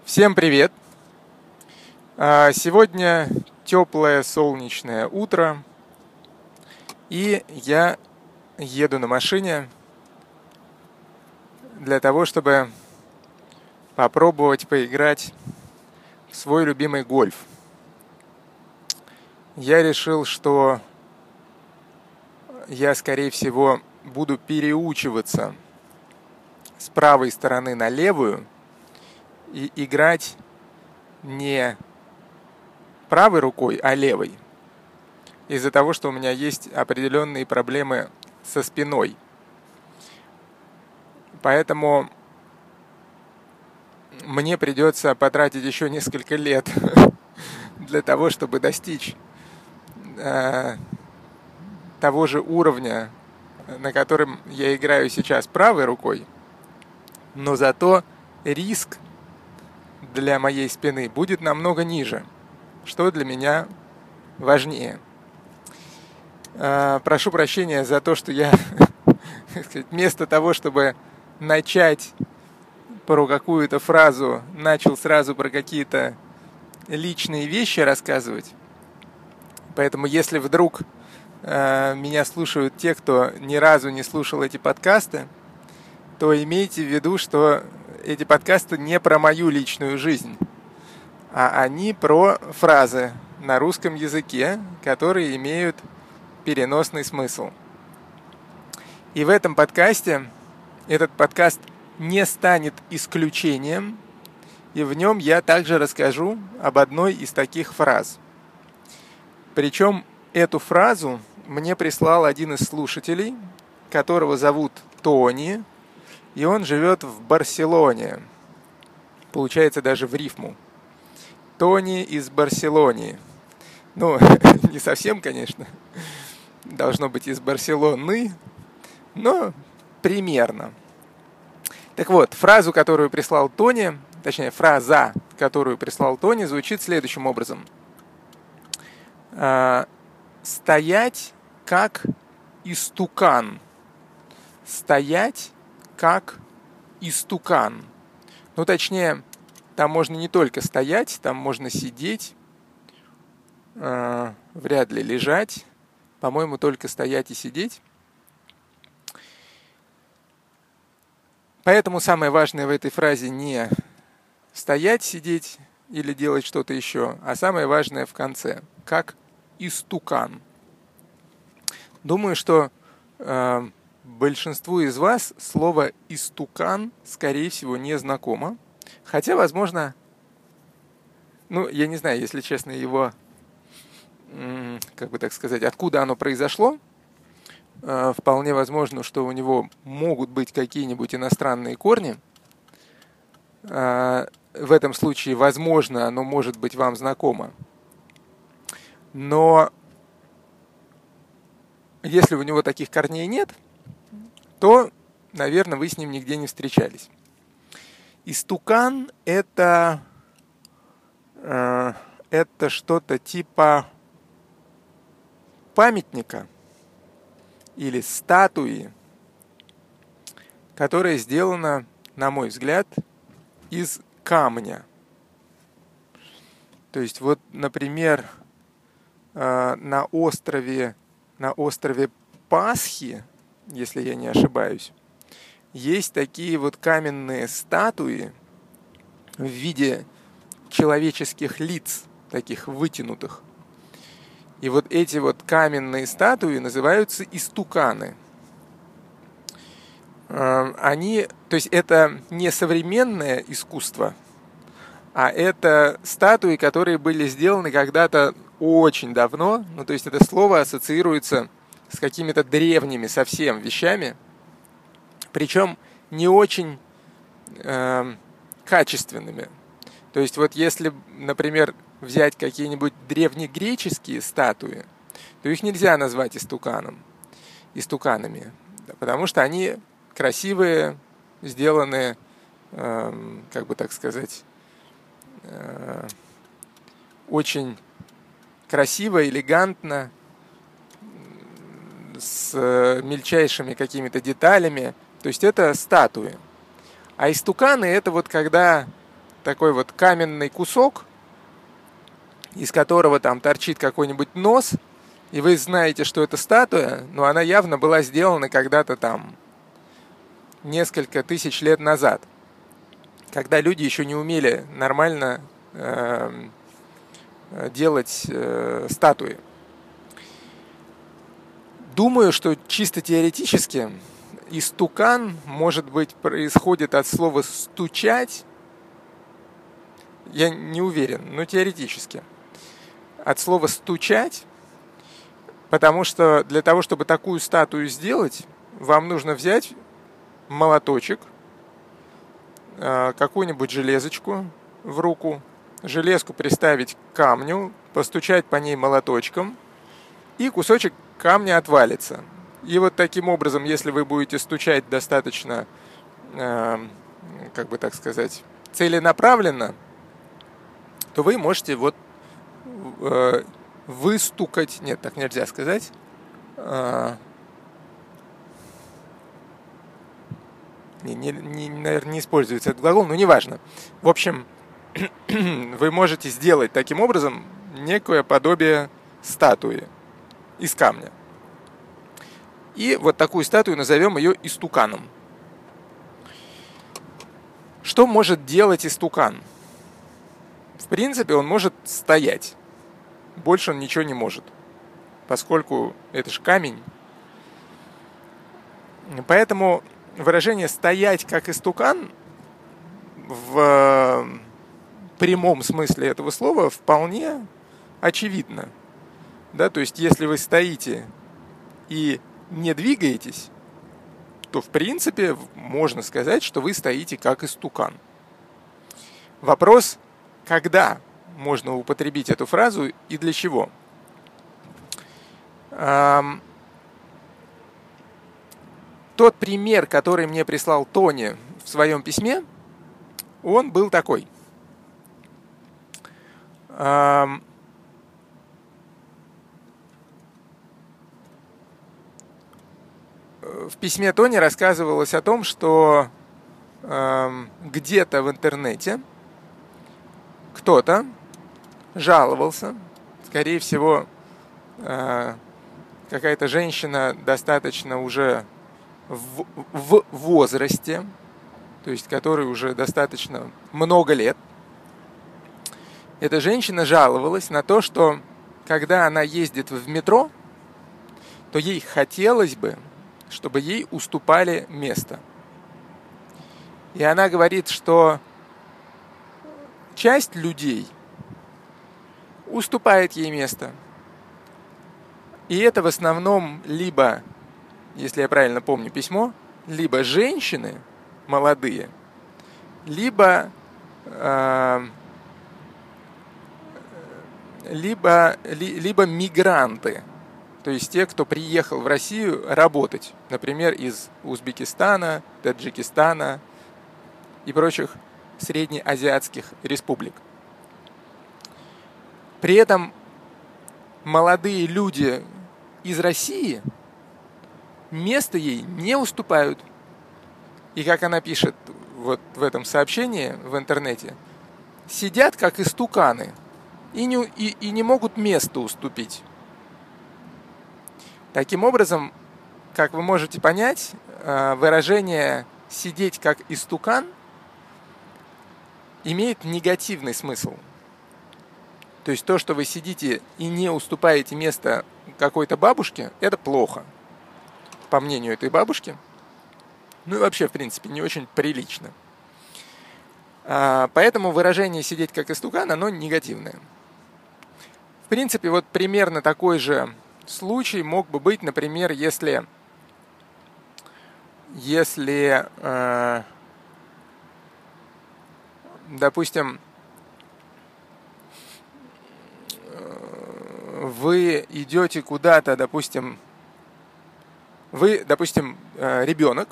Всем привет! Сегодня теплое солнечное утро, и я еду на машине для того, чтобы попробовать поиграть в свой любимый гольф. Я решил, что я, скорее всего, буду переучиваться с правой стороны на левую и играть не правой рукой, а левой. Из-за того, что у меня есть определенные проблемы со спиной. Поэтому мне придется потратить еще несколько лет для того, чтобы достичь того же уровня, на котором я играю сейчас правой рукой. Но зато риск для моей спины будет намного ниже, что для меня важнее. Прошу прощения за то, что я вместо того, чтобы начать про какую-то фразу, начал сразу про какие-то личные вещи рассказывать. Поэтому если вдруг меня слушают те, кто ни разу не слушал эти подкасты, то имейте в виду, что эти подкасты не про мою личную жизнь, а они про фразы на русском языке, которые имеют переносный смысл. И в этом подкасте, этот подкаст не станет исключением, и в нем я также расскажу об одной из таких фраз. Причем эту фразу мне прислал один из слушателей, которого зовут Тони, и он живет в Барселоне. Получается даже в рифму. Тони из Барселоны. Ну, не совсем, конечно. Должно быть из Барселоны, но примерно. Так вот, фразу, которую прислал Тони, точнее, фраза, которую прислал Тони, звучит следующим образом. Стоять как истукан. Стоять как истукан. Ну, точнее, там можно не только стоять, там можно сидеть, вряд ли лежать. По-моему, только стоять и сидеть. Поэтому самое важное в этой фразе не стоять, сидеть или делать что-то еще, а самое важное в конце, как истукан. Думаю, что большинству из вас слово «истукан», скорее всего, не знакомо. Хотя, возможно, я не знаю, если честно, его, как бы так сказать, откуда оно произошло. Вполне возможно, что у него могут быть какие-нибудь иностранные корни. В этом случае, возможно, оно может быть вам знакомо. Но если у него таких корней нет, то, наверное, вы с ним нигде не встречались. Истукан – это что-то типа памятника или статуи, которая сделана, на мой взгляд, из камня. То есть вот, например, на острове Пасхи, если я не ошибаюсь, есть такие вот каменные статуи в виде человеческих лиц, таких вытянутых. И вот эти вот каменные статуи называются истуканы. То есть это не современное искусство, а это статуи, которые были сделаны когда-то очень давно. То есть это слово ассоциируется с какими-то древними совсем вещами, причем не очень качественными. То есть вот если, например, взять какие-нибудь древнегреческие статуи, то их нельзя назвать истуканами, потому что они красивые, сделаны, как бы так сказать, очень красиво, элегантно, с мельчайшими какими-то деталями. То есть это статуи. А истуканы — это вот когда такой вот каменный кусок, из которого там торчит какой-нибудь нос, и вы знаете, что это статуя, но она явно была сделана когда-то там несколько тысяч лет назад, когда люди еще не умели нормально делать статуи. Думаю, что чисто теоретически истукан, может быть, происходит от слова «стучать». Я не уверен, но теоретически. От слова «стучать», потому что для того, чтобы такую статую сделать, вам нужно взять молоточек, какую-нибудь железочку в руку, железку приставить к камню, постучать по ней молоточком, и кусочек камня отвалится. И вот таким образом, если вы будете стучать достаточно, как бы так сказать, целенаправленно, то вы можете вот выстукать, нет, так нельзя сказать, наверное, не используется этот глагол, но неважно. В общем, вы можете сделать таким образом некое подобие статуи из камня. И вот такую статую назовем ее истуканом. Что может делать истукан? В принципе, он может стоять. Больше он ничего не может, поскольку это же камень. Поэтому выражение «стоять как истукан» в прямом смысле этого слова вполне очевидно. Да, то есть, если вы стоите и не двигаетесь, то, в принципе, можно сказать, что вы стоите как истукан. Вопрос, когда можно употребить эту фразу и для чего? Тот пример, который мне прислал Тони в своем письме, он был такой. В письме Тони рассказывалось о том, что где-то в интернете кто-то жаловался, скорее всего, какая-то женщина достаточно уже в возрасте, то есть которой уже достаточно много лет. Эта женщина жаловалась на то, что когда она ездит в метро, то ей хотелось бы, чтобы ей уступали место. И она говорит, что часть людей уступает ей место. И это в основном либо, если я правильно помню письмо, либо женщины молодые, либо мигранты, то есть те, кто приехал в Россию работать, например, из Узбекистана, Таджикистана и прочих среднеазиатских республик. При этом молодые люди из России место ей не уступают. И как она пишет вот в этом сообщении в интернете, сидят как истуканы и не могут место уступить. Таким образом, как вы можете понять, выражение «сидеть как истукан» имеет негативный смысл. То есть то, что вы сидите и не уступаете место какой-то бабушке, это плохо, по мнению этой бабушки. Ну и вообще, в принципе, не очень прилично. Поэтому выражение «сидеть как истукан» оно негативное. В принципе, вот примерно такой же случай мог бы быть, например, если допустим, вы идете куда-то, допустим, ребенок,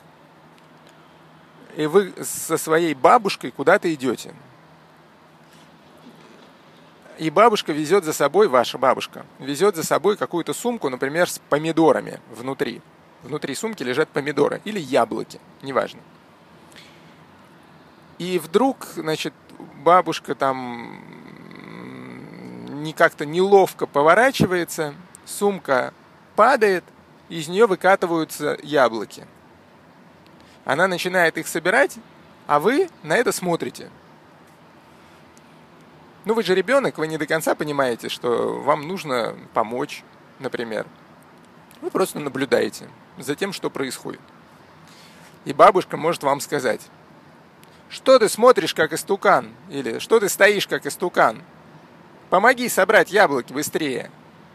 и вы со своей бабушкой куда-то идете. И бабушка везет за собой, ваша бабушка, везет за собой какую-то сумку, например, с помидорами внутри. Внутри сумки лежат помидоры или яблоки, неважно. И вдруг, значит, бабушка там как-то неловко поворачивается, сумка падает, и из нее выкатываются яблоки. Она начинает их собирать, а вы на это смотрите. Ну, вы же ребенок, вы не до конца понимаете, что вам нужно помочь, например. Вы просто наблюдаете за тем, что происходит. И бабушка может вам сказать: что ты смотришь, как истукан? Или что ты стоишь, как истукан? Помоги собрать яблоки быстрее.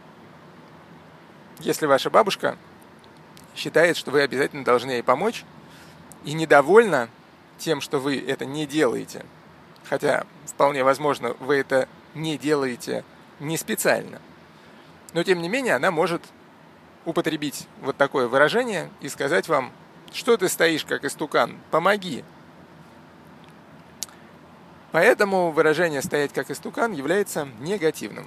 Если ваша бабушка считает, что вы обязательно должны ей помочь, и недовольна тем, что вы это не делаете, хотя вполне возможно, вы это не делаете не специально, но тем не менее она может употребить вот такое выражение и сказать вам: что ты стоишь, как истукан, помоги. Поэтому выражение «стоять как истукан» является негативным.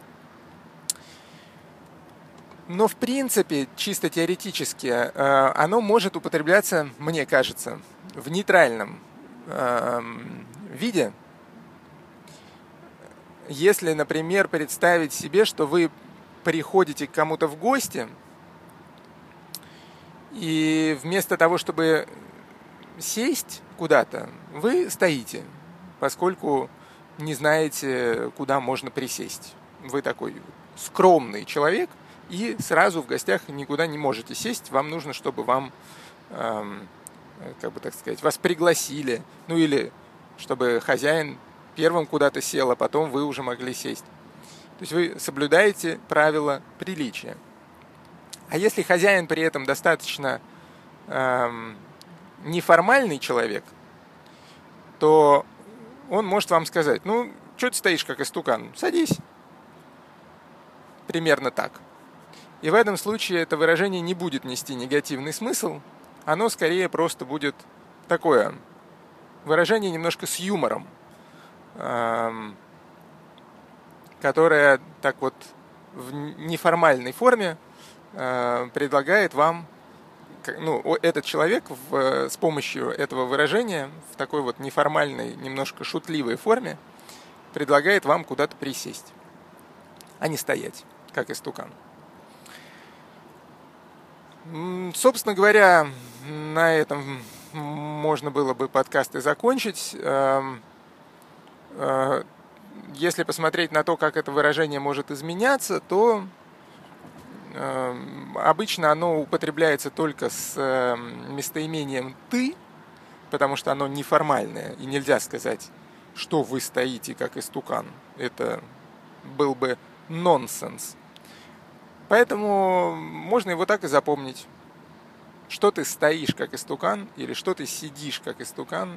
Но в принципе, чисто теоретически, оно может употребляться, мне кажется, в нейтральном виде. Если, например, представить себе, что вы приходите к кому-то в гости, и вместо того, чтобы сесть куда-то, вы стоите, поскольку не знаете, куда можно присесть. Вы такой скромный человек, и сразу в гостях никуда не можете сесть. Вам нужно, чтобы вам, как бы так сказать, вас пригласили. Ну или чтобы хозяин первым куда-то сел, а потом вы уже могли сесть. То есть вы соблюдаете правила приличия. А если хозяин при этом достаточно неформальный человек, то он может вам сказать: ну, что ты стоишь, как истукан, садись. Примерно так. И в этом случае это выражение не будет нести негативный смысл, оно скорее просто будет такое выражение немножко с юмором, которое так вот в неформальной форме предлагает вам, ну, этот человек с помощью этого выражения в такой вот неформальной, немножко шутливой форме предлагает вам куда-то присесть, а не стоять, как истукан. Собственно говоря, на этом можно было бы подкаст и закончить. Если посмотреть на то, как это выражение может изменяться, то обычно оно употребляется только с местоимением «ты», потому что оно неформальное, и нельзя сказать, что вы стоите, как истукан. Это был бы нонсенс. Поэтому можно его так и запомнить. Что ты стоишь, как истукан, или что ты сидишь, как истукан,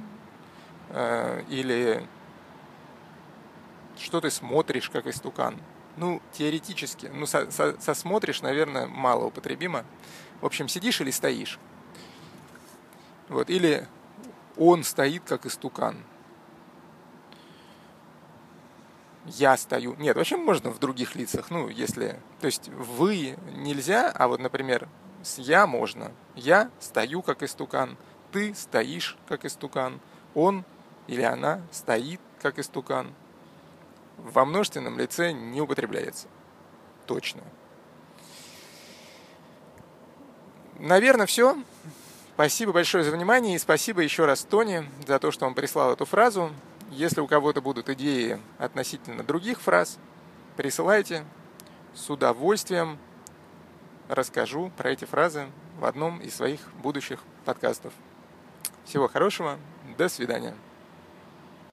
или что ты смотришь, как истукан. Ну, теоретически. Ну, со смотришь, наверное, мало употребимо. В общем, сидишь или стоишь. Вот. Или он стоит, как истукан. Я стою. Нет, вообще можно в других лицах. Ну, если... То есть вы нельзя, а вот, например, с я можно. Я стою, как истукан. Ты стоишь, как истукан. Он или она стоит, как истукан. Во множественном лице не употребляется. Точно. Наверное, все. Спасибо большое за внимание. И спасибо еще раз Тони за то, что он прислал эту фразу. Если у кого-то будут идеи относительно других фраз, присылайте. С удовольствием расскажу про эти фразы в одном из своих будущих подкастов. Всего хорошего. До свидания.